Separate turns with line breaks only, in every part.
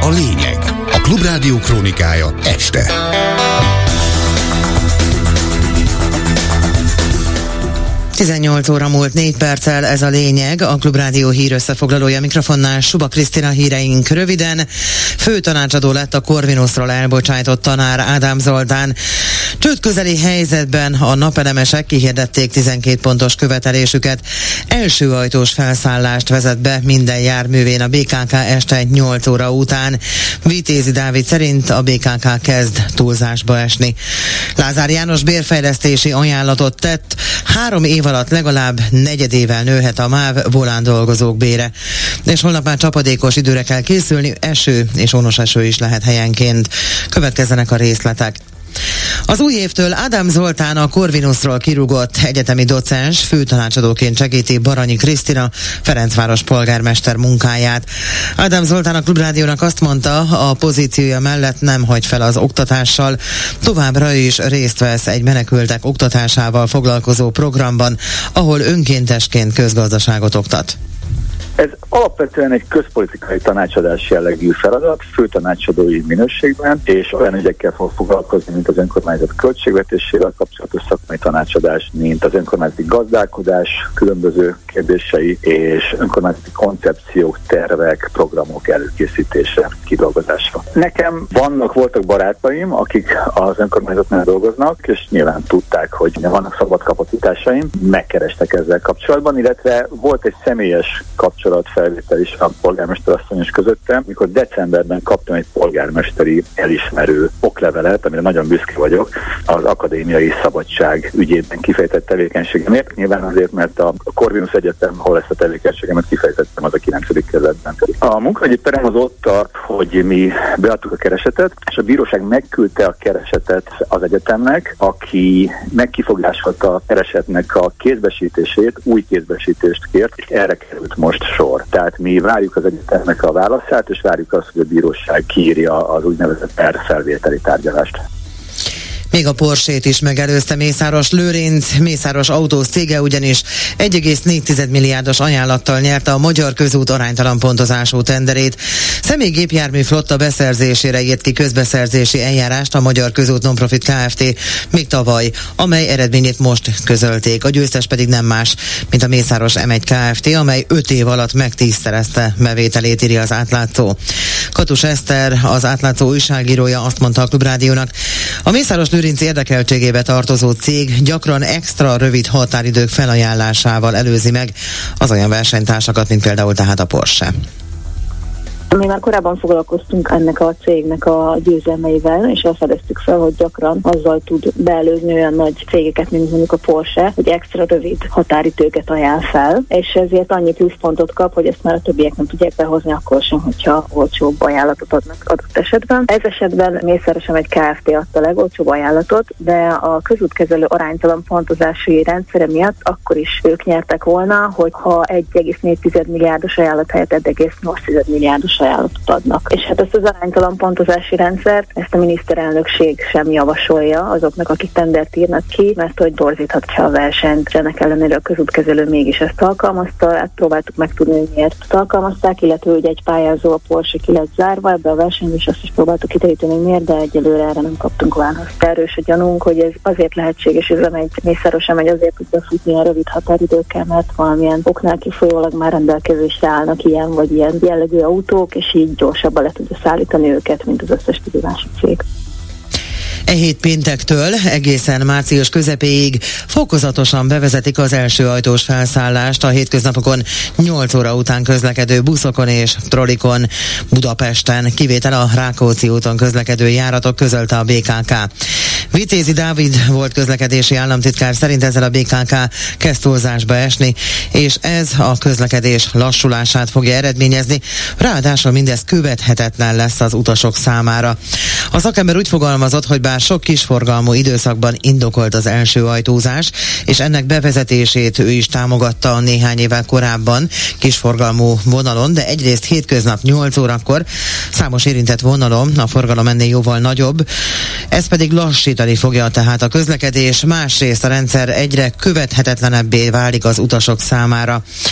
a lényeg. A Klubrádió krónikája este.
Tizennyolc óra múlt 4 perccel, ez a lényeg. A Klubrádió hírösszefoglalója mikrofonnál Suba Krisztina. Híreink röviden. Főtanácsadó lett a Corvinusról elbocsájtott tanár Ádám Zoltán. Csődközeli helyzetben a napelemesek kihirdették 12 pontos követelésüket. Első ajtós felszállást vezet be minden járművén a BKK este 8 óra után. Vitézi Dávid szerint a BKK kezd túlzásba esni. Lázár János bérfejlesztési ajánlatot tett. 3 év alatt legalább negyedével nőhet a MÁV volán dolgozók bére. És holnap már csapadékos időre kell készülni, eső és ónos eső is lehet helyenként. Következzenek a részletek. Az új évtől Ádám Zoltán, a Corvinusról kirúgott egyetemi docens főtanácsadóként segíti Baranyi Krisztina, Ferencváros polgármester munkáját. Ádám Zoltán a Klubrádiónak azt mondta, a pozíciója mellett nem hagy fel az oktatással, továbbra is részt vesz egy menekültek oktatásával foglalkozó programban, ahol önkéntesként közgazdaságot oktat.
Ez alapvetően egy közpolitikai tanácsadás jellegű feladat, főtanácsadói minőségben, és olyan ügyekkel fog foglalkozni, mint az önkormányzat költségvetésével kapcsolatos szakmai tanácsadás, mint az önkormányzati gazdálkodás különböző kérdései, és önkormányzati koncepciók, tervek, programok előkészítése, kidolgozása. Nekem voltak barátaim, akik az önkormányzatnál dolgoznak, és nyilván tudták, hogy vannak szabad kapacitásaim, megkerestek ezzel kapcsolatban, illetve volt egy személyes kapcsolatfelvétel is a polgármester asszonyos közöttem, mikor decemberben kaptam egy polgármesteri elismerő oklevelet, amire nagyon büszke vagyok, az akadémiai szabadság ügyében kifejtett tevékenységemért. Nyilván azért, mert a Corvinus Egyetem, ahol ezt a tevékenységemet kifejtettem, az a 9. kerületben. A munkahogyi perem az ott tart, hogy mi beadtuk a keresetet, és a bíróság megküldte a keresetet az egyetemnek, aki megkifogásolta a keresetnek a kézbesítését, új kézbesítést kért, és erre került most sor. Tehát mi várjuk az egyetemnek a válaszát, és várjuk azt, hogy a bíróság kiírja az úgynevezett felvételi tárgyalást.
Még a Porsét is megelőzte Mészáros Lőrinc. Mészáros Autós cége ugyanis 1,4 milliárdos ajánlattal nyerte a Magyar Közút aránytalan pontozású tenderét. Személygépjármű flotta beszerzésére írt ki közbeszerzési eljárást a Magyar Közút Nonprofit Kft. Még tavaly, amely eredményét most közölték. A győztes pedig nem más, mint a Mészáros M1 Kft., amely 5 év alatt megtízszerezte bevételét, írja az Átlátszó. Katus Eszter, az Átlátszó újságírója azt mondta a Klubrádiónak, a Mészáros Lőrinc érdekeltségébe tartozó cég gyakran extra rövid határidők felajánlásával előzi meg az olyan versenytársakat, mint például tehát a Porsche.
Mi már korábban foglalkoztunk ennek a cégnek a győzelmeivel, és azt fedeztük fel, hogy gyakran azzal tud beelőzni olyan nagy cégeket, mint mondjuk a Porsche, hogy extra rövid határidőket ajánl fel, és ezért annyi pluszpontot kap, hogy ezt már a többiek nem tudják behozni akkor sem, hogyha olcsóbb ajánlatot adnak adott esetben. Ez esetben Mészáros M1 Kft. Adta legolcsóbb ajánlatot, de a közútkezelő aránytalan pontozási rendszere miatt akkor is ők nyertek volna, hogyha 1,4 milliárdos ajánlat helyett 1,8 milliárdos ajánlatot adnak. És hát ezt az aránytalan pontozási rendszert, ezt a miniszterelnökség sem javasolja azoknak, akik tendert írnak ki, mert hogy torzíthatja a versenyt. Ennek ellenére a közútkezelő mégis ezt alkalmazta, hát próbáltuk megtudni, hogy miért alkalmazták, illetve hogy egy pályázó, a Porsche ki lett zárva ebbe a versenybe, és azt is próbáltuk kideríteni, hogy miért, de egyelőre erre nem kaptunk választ. Erős a gyanunk, hogy ez azért lehetséges, hogy Mészáros M1 azért tudja futni a rövid határidőkkel, mert valamilyen oknál kifolyólag már rendelkezésre állnak ilyen vagy ilyen jellegű autók, és így gyorsabban le tudja szállítani őket, mint az összes többi másik cég.
E hét péntektől egészen március közepéig fokozatosan bevezetik az első ajtós felszállást a hétköznapokon 8 óra után közlekedő buszokon és trollikon Budapesten, kivétel a Rákóczi úton közlekedő járatok, közölte a BKK. Vitézi Dávid volt közlekedési államtitkár szerint ezzel a BKK kezd túlzásba esni, és ez a közlekedés lassulását fogja eredményezni, ráadásul mindez követhetetlen lesz az utasok számára. A szakember úgy fogalmazott, hogy bár sok kisforgalmú időszakban indokolt az első ajtózás, és ennek bevezetését ő is támogatta néhány évvel korábban kisforgalmú vonalon, de egyrészt hétköznap 8 órakor, számos érintett vonalon a forgalom ennél jóval nagyobb, ez pedig lassítani fogja tehát a közlekedés, másrészt a rendszer egyre követhetetlenebbé válik az utasok számára.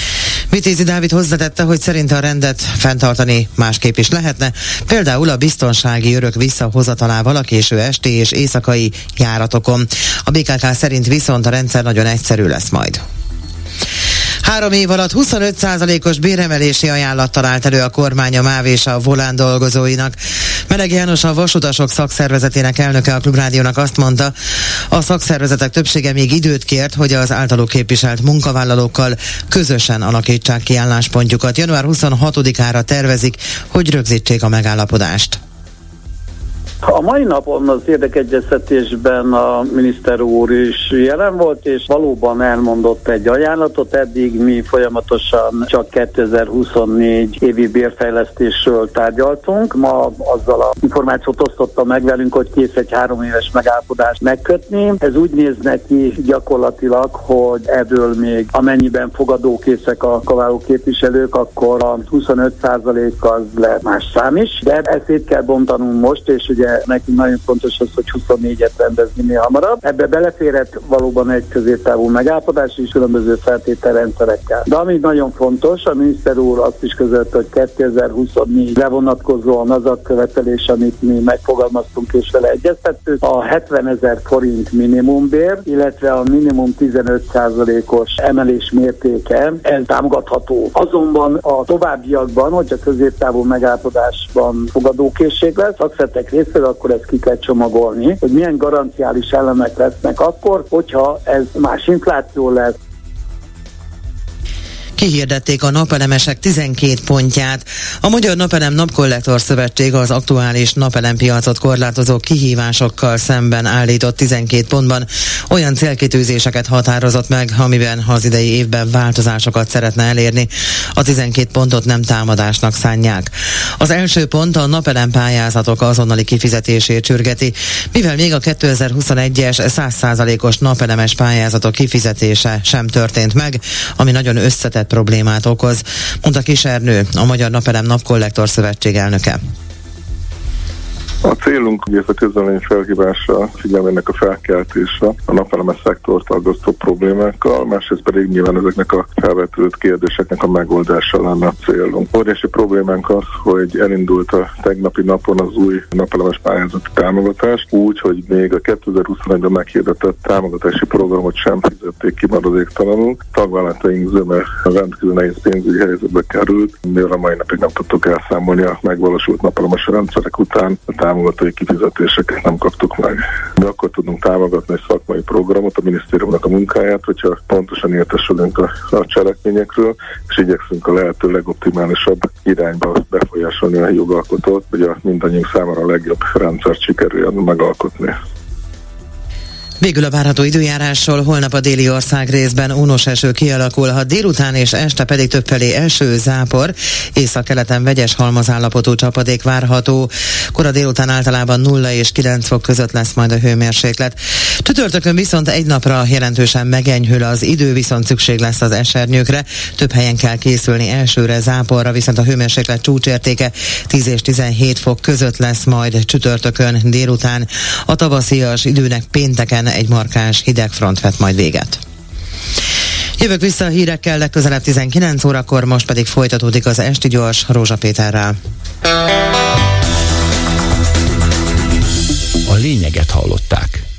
Vitézi Dávid hozzátette, hogy szerinte a rendet fenntartani másképp is lehetne, például a biztonsági örök visszahozatalával a késő esti és éjszakai járatokon. A BKK szerint viszont a rendszer nagyon egyszerű lesz majd. 3 év alatt 25%-os béremelési ajánlattal állt elő a kormány a MÁV és a Volán dolgozóinak. Meleg János, a Vasutasok szakszervezetének elnöke a Klubrádiónak azt mondta, a szakszervezetek többsége még időt kért, hogy az általuk képviselt munkavállalókkal közösen alakítsák ki álláspontjukat. Január 26-ára tervezik, hogy rögzítsék a megállapodást.
A mai napon az érdekegyeztetésben a miniszter úr is jelen volt, és valóban elmondott egy ajánlatot. Eddig mi folyamatosan csak 2024 évi bérfejlesztésről tárgyaltunk. Ma azzal a információt osztotta meg velünk, hogy kész egy 3 éves megállapodást megkötni. Ez úgy néz neki gyakorlatilag, hogy ebből még amennyiben fogadókészek a kaváló képviselők, akkor a 25% az lehet más szám is. De ezt szét kell bontanunk most, és ugye nekünk nagyon fontos az, hogy 24-et rendezni minél hamarabb. Ebbe beleférhet valóban egy középtávú megállapodás és különböző feltételrendszerekkel. De ami nagyon fontos, a miniszter úr azt is közölte, hogy 2024-re vonatkozóan az a követelés, amit mi megfogalmaztunk és vele egyeztettük, a 70 000 forint minimumbér, illetve a minimum 15%-os emelés mértéke, ez támogatható. Azonban a továbbiakban, hogyha középtávú megállapodásban fogadókészség lesz, szakszervezetek részéről, akkor ezt ki kell csomagolni, hogy milyen garanciális elemek lesznek akkor, hogyha ez más infláció lesz.
Kihirdették a napelemesek 12 pontját. A Magyar Napelem Napkollektor Szövetség az aktuális napelempiacot korlátozó kihívásokkal szemben állított 12 pontban olyan célkitűzéseket határozott meg, amiben az idei évben változásokat szeretne elérni. A 12 pontot nem támadásnak szánják. Az első pont a napelem pályázatok azonnali kifizetését sürgeti, mivel még a 2021-es 100%-os napelemes pályázatok kifizetése sem történt meg, ami nagyon összetett problémát okoz, mondta Kis Ernő, a Magyar Napelem Napkollektor Szövetség elnöke.
A célunk, hogy ez a közvélemény felhívása, figyelmének a felkeltése a napelemes szektort aggasztó problémákkal, másrészt pedig nyilván ezeknek a felvetődött kérdéseknek a megoldása lenne a célunk. Óriási problémánk az, hogy elindult a tegnapi napon az új napelemes pályázati támogatás, úgy, hogy még a 2021-ben meghirdetett támogatási programot sem fizették ki maradéktalanul. Tagvállalataink zöme rendkívül nehéz pénzügyi helyzetbe került, mivel a mai napig nem tudtuk elszámolni a megvalósult napelemes rendszerek után támogatói kifizetéseket nem kaptuk meg. De akkor tudunk támogatni egy szakmai programot, a minisztériumnak a munkáját, hogyha pontosan értesülünk a cselekményekről, és igyekszünk a lehető legoptimálisabb irányba befolyásolni a jogalkotót, hogy a mindannyiunk számára a legjobb rendszert sikerüljön megalkotni.
Végül a várható időjárásról: holnap a déli ország részben ónos eső kialakulhat, délután és este pedig többfelé eső, zápor, északkeleten vegyes halmazállapotú csapadék várható. Kora délután általában 0 és 9 fok között lesz majd a hőmérséklet. Csütörtökön viszont egy napra jelentősen megenyhül az idő, viszont szükség lesz az esernyőkre. Több helyen kell készülni esőre, záporra, viszont a hőmérséklet csúcsértéke 10 és 17 fok között lesz majd csütörtökön délután. A tavaszias időnek pénteken egy markáns hidegfront vet majd véget. Jövök vissza a hírekkel legközelebb 19 órakor, most pedig folytatódik az Esti Gyors Rózsa Péterrel.
A lényeget hallották.